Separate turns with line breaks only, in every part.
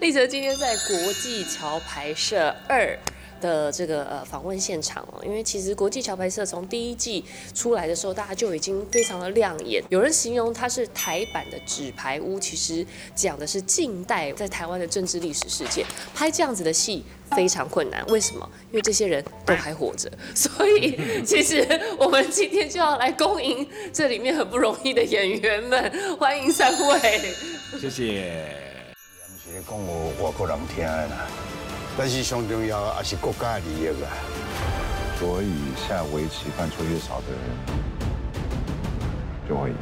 立喆今天在国际桥牌社2的这个访问现场哦，因为其实国际桥牌社从第1季出来的时候，大家就已经非常的亮眼。有人形容它是台版的纸牌屋，其实讲的是近代在台湾的政治历史事件。拍这样子的戏非常困难，为什么？因为这些人都还活着，所以其实我们今天就要来恭迎这里面很不容易的演员们，欢迎3位。
谢谢。
是讲有外国人听的啦。但是上重要还是国家的利益啊。
所以下围棋犯错越少的人就会赢。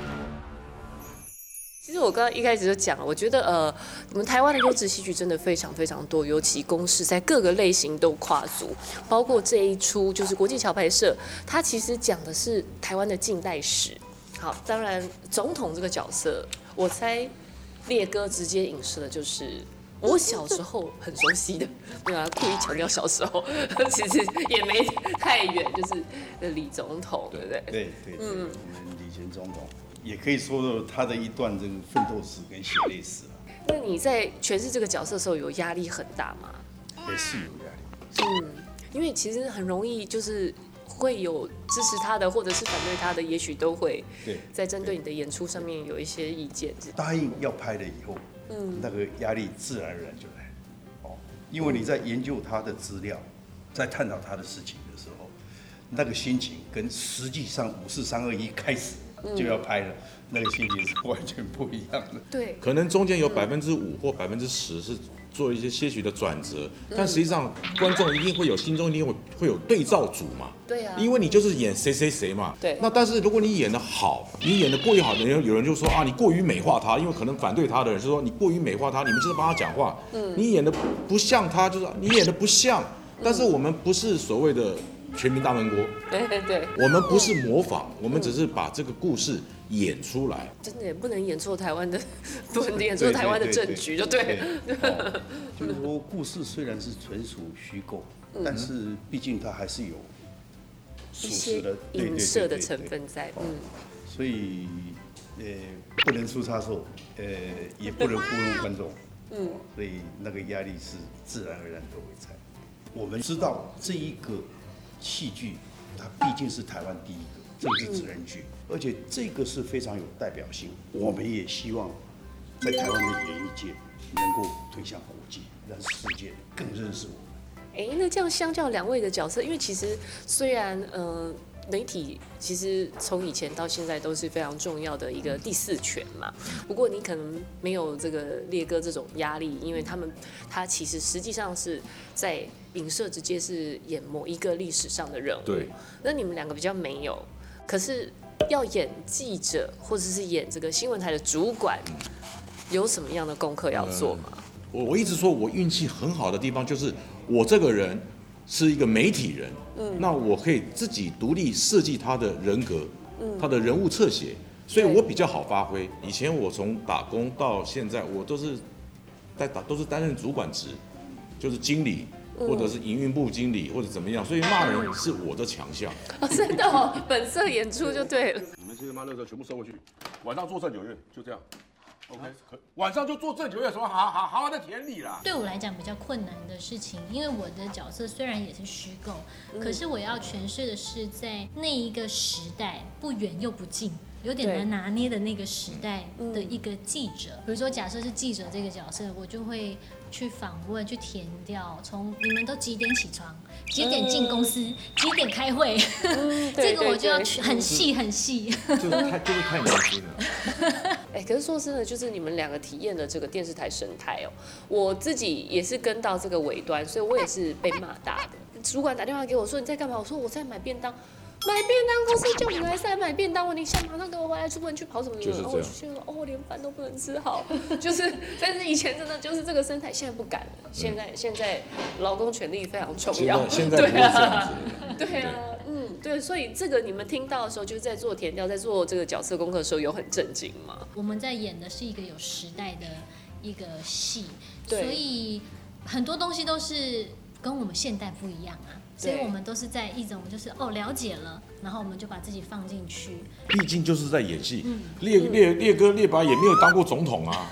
其实我刚刚一开始就讲了，我觉得你们台湾的优质戏剧真的非常非常多，尤其公视在各个类型都跨足，包括这一出就是国际桥牌社，它其实讲的是台湾的近代史。好，当然总统这个角色，我猜烈哥直接影射的就是我小时候很熟悉的，对啊，故意强调小时候，其实也没太远，就是李总统，对不对？
对，我们李前总统也可以说他的一段这个奋斗史跟血泪史了。
那你在诠释这个角色的时候，有压力很大吗？
也是有压力。
因为其实很容易就是会有支持他的，或者是反对他的，也许都会在针对你的演出上面有一些意见。
答应要拍了以后。那个压力自然而然就来了，哦，因为你在研究他的资料，在探讨他的事情的时候，那个心情跟实际上5、4、3、2、1开始就要拍了，那个心情是完全不一样的。
对，
可能中间有5%或10%是做一些些许的转折，但实际上观众一定会有心中一定会有对照组嘛。
对啊，
因为你就是演谁谁谁嘛。
对。
那但是如果你演得好，你演得过于好，有人就说啊，你过于美化他，因为可能反对他的人就说你过于美化他，你们就是帮他讲话。你演得不像他，就是你演得不像。但是我们不是所谓的全民大闷锅。
对。
我们不是模仿，我们只是把这个故事演出来。
真的也不能演错台湾的，不能演错台湾的政局，就对。
就是说，故事虽然是纯属虚构，但是毕竟它还是有
一些影射的成分在，
所以不能出差错，也不能糊弄观众，所以那个压力是自然而然都会在。我们知道这一个戏剧，它毕竟是台湾第一个政治职人剧，而且这个是非常有代表性。我们也希望在台湾的演艺界能够推向国际，让世界更认识我们。
那这样相较2位的角色，因为其实虽然媒体其实从以前到现在都是非常重要的一个第4权嘛，不过你可能没有这个烈哥这种压力，因为他其实实际上是在影射直接是演某一个历史上的人物，
对，
那你们2个比较没有，可是要演记者或者是演这个新闻台的主管，有什么样的功课要做吗？
我一直说我运气很好的地方就是我这个人是一个媒体人，那我可以自己独立设计他的人格，他的人物侧写，所以我比较好发挥。以前我从打工到现在，我都是担任主管职，就是经理或者是营运部经理或者怎么样，所以骂人是我的强项。
真的哦，本色演出就对了。
你们这些妈垃圾全部收回去，晚上做正9月，就这样。OK， 晚上就做正9月，什么好在田里啦。
对我来讲比较困难的事情，因为我的角色虽然也是虚构，可是我要诠释的是在那一个时代不远又不近，有点难拿捏的那个时代的一个记者。比如说，假设是记者这个角色，我就会去访问、去填调，从你们都几点起床，几点进公司，几点开会，这个我就要很细很细。
就是太年轻了。
可是说真的，就是你们2个体验的这个电视台生态哦，我自己也是跟到这个尾端，所以我也是被骂大的。主管打电话给我说你在干嘛？我说我在买便当。买便当公司叫你来买便当，你现在马上给我回来，出门去跑什么？
就是这样。
然后我就觉得连饭都不能吃好，就是，但是以前真的就是这个生态，现在不敢了。现在劳工权利非常重要。
现在不是这样子。
对啊，对，所以这个你们听到的时候，就是在做田调，在做这个角色功课的时候，有很震惊吗？
我们在演的是一个有时代的一个戏，所以很多东西都是跟我们现代不一样啊。所以我们都是在一种就是了解了，然后我们就把自己放进去。
毕竟就是在演戏，烈哥烈爸也没有当过总统啊，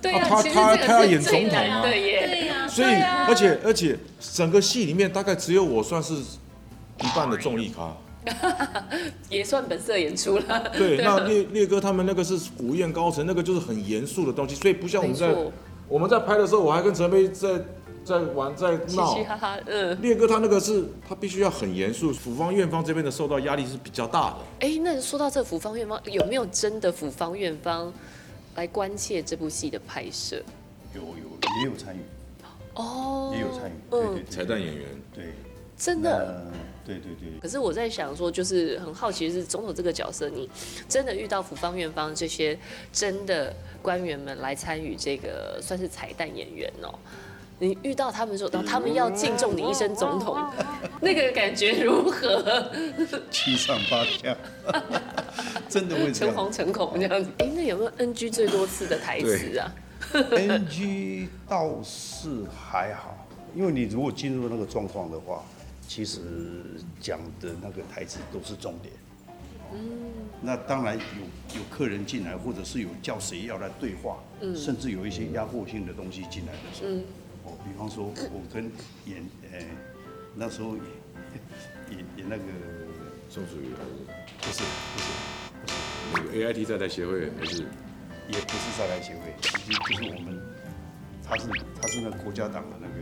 对啊，
他
其实
他他要
这个是
演总统
最难
啊，
的耶。
对呀，
所以而且整个戏里面大概只有我算是一半的综艺咖。
也算本色演出了。
对，那烈哥他们那个是古宴高层，那个就是很严肃的东西，所以不像我们在拍的时候，我还跟陈飞在玩在闹，
嘻嘻哈哈，
烈哥他那个是他必须要很严肃，府方院方这边的受到压力是比较大的。
哎，那说到这府方院方，有没有真的府方院方来关切这部戏的拍摄？
也有参与，
哦，
也有参与，对，
彩蛋演员，
对，
真的。
对。
可是我在想说，就是很好奇的是总统这个角色，你真的遇到府方院方这些真的官员们来参与这个算是彩蛋演员哦。你遇到他们说，然后他们要敬重你一声总统，那个感觉如何？
七上八下，真的会这样。
诚惶诚恐这样子。哎，那有没有 NG 最多次的台词啊
？NG 倒是还好，因为你如果进入那个状况的话，其实讲的那个台词都是重点。那当然有客人进来，或者是有叫谁要来对话，甚至有一些压迫性的东西进来的时候，比方说我跟那时候演那个
宋楚瑜还是
不是
那个 AIT 在台协会还是
也不是在台协会，就是我们他是那个国家党的那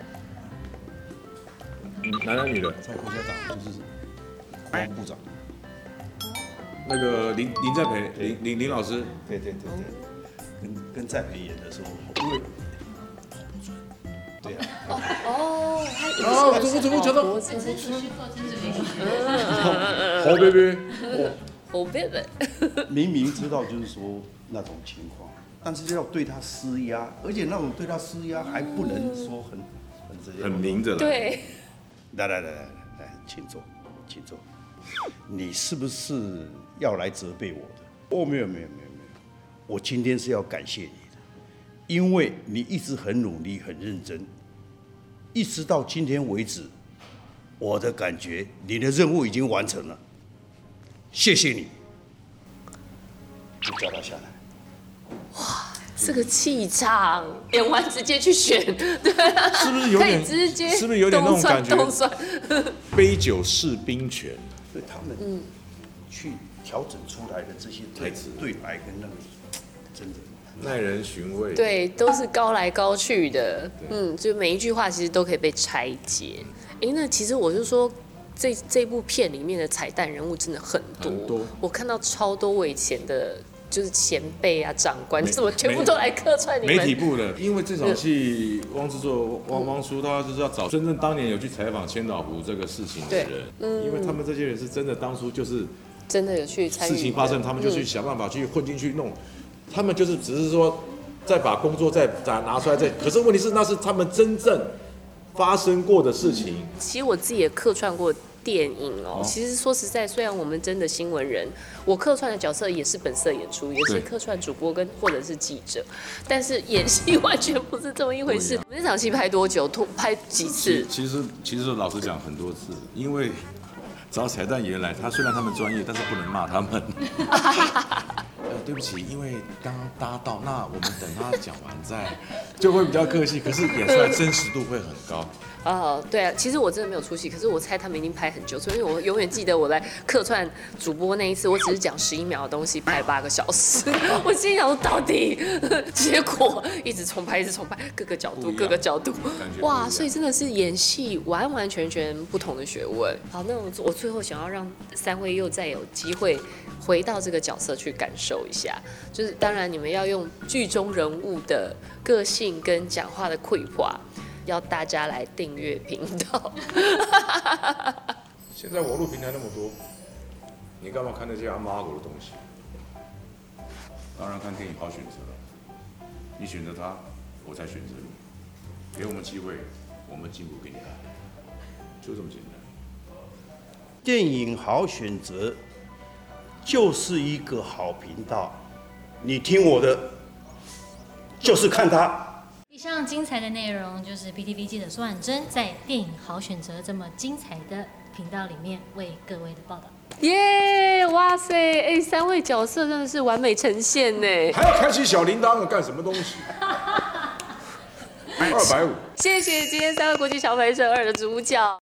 个
男的女的，
在国家党就是国防部长。
那个林在培林老师，
对，跟在培演的时候，因为对啊，
他
怎么讲到
侯贝贝，
侯贝贝，
明明知道就是说那种情况，但是要对他施压，而且那种对他施压还不能说
很明着来。
对，
来，请坐。你是不是要来责备我的？没有，我今天是要感谢你的，因为你一直很努力、很认真，一直到今天为止，我的感觉你的任务已经完成了，谢谢你，就叫他下来。
哇，这个气场，演完直接去选，对啊，
是不是有点？
可以直接
是不是有点那种感觉？
动算，
杯酒释兵权。
所以他们去调整出来的这些台词、对白跟那个，真的
耐人寻味。
对，都是高来高去的，就每一句话其实都可以被拆解。那其实我就说，这部片里面的彩蛋人物真的很多，我看到超多我以前的。就是前辈啊、长官，怎么全部都来客串你们？
媒体部的，因为这场戏，汪制作汪叔他就是要找真正当年有去采访千岛湖这个事情的人，因为他们这些人是真的当初就是
真的有去参与
事情发生，他们就去想办法去混进去弄，他们就是只是说再把工作再拿出来可是问题是那是他们真正发生过的事情。
其实我自己也客串过电影哦。其实说实在，虽然我们真的新闻人，我客串的角色也是本色演出，也是客串主播跟或者是记者，但是演戏完全不是这么一回事。那场戏拍多久？拍几次？
其实老实讲很多次，因为找彩蛋演员来，虽然他们专业，但是不能骂他们。对不起，因为刚刚搭到，那我们等他讲完再，就会比较客气。可是演出来真实度会很高。
对啊，其实我真的没有出戏，可是我猜他们已经拍很久，所以我永远记得我来客串主播那一次，我只是讲11秒的东西，拍8个小时。我心想说到底，结果一直重拍，各个角度，哇！所以真的是演戏完完全全不同的学问。好，那我最后想要让3位又再有机会回到这个角色去感受一下，就是当然你们要用剧中人物的个性跟讲话的绘画。要大家来订阅频道。
现在网络平台那么多，你干嘛看那些阿猫阿狗的东西？当然看电影好选择了，你选择它，我才选择你。给我们机会，我们进步给你看，就这么简单。
电影好选择就是一个好频道，你听我的，就是看它。
以上精彩的内容就是 PTV 记者苏婉珍在电影好选择这么精彩的频道里面为各位的报道。
耶！ 哇塞，哎，3位角色真的是完美呈现呢。
还要开启小铃铛干什么东西？250。
谢谢今天3位国际桥牌社2的主角。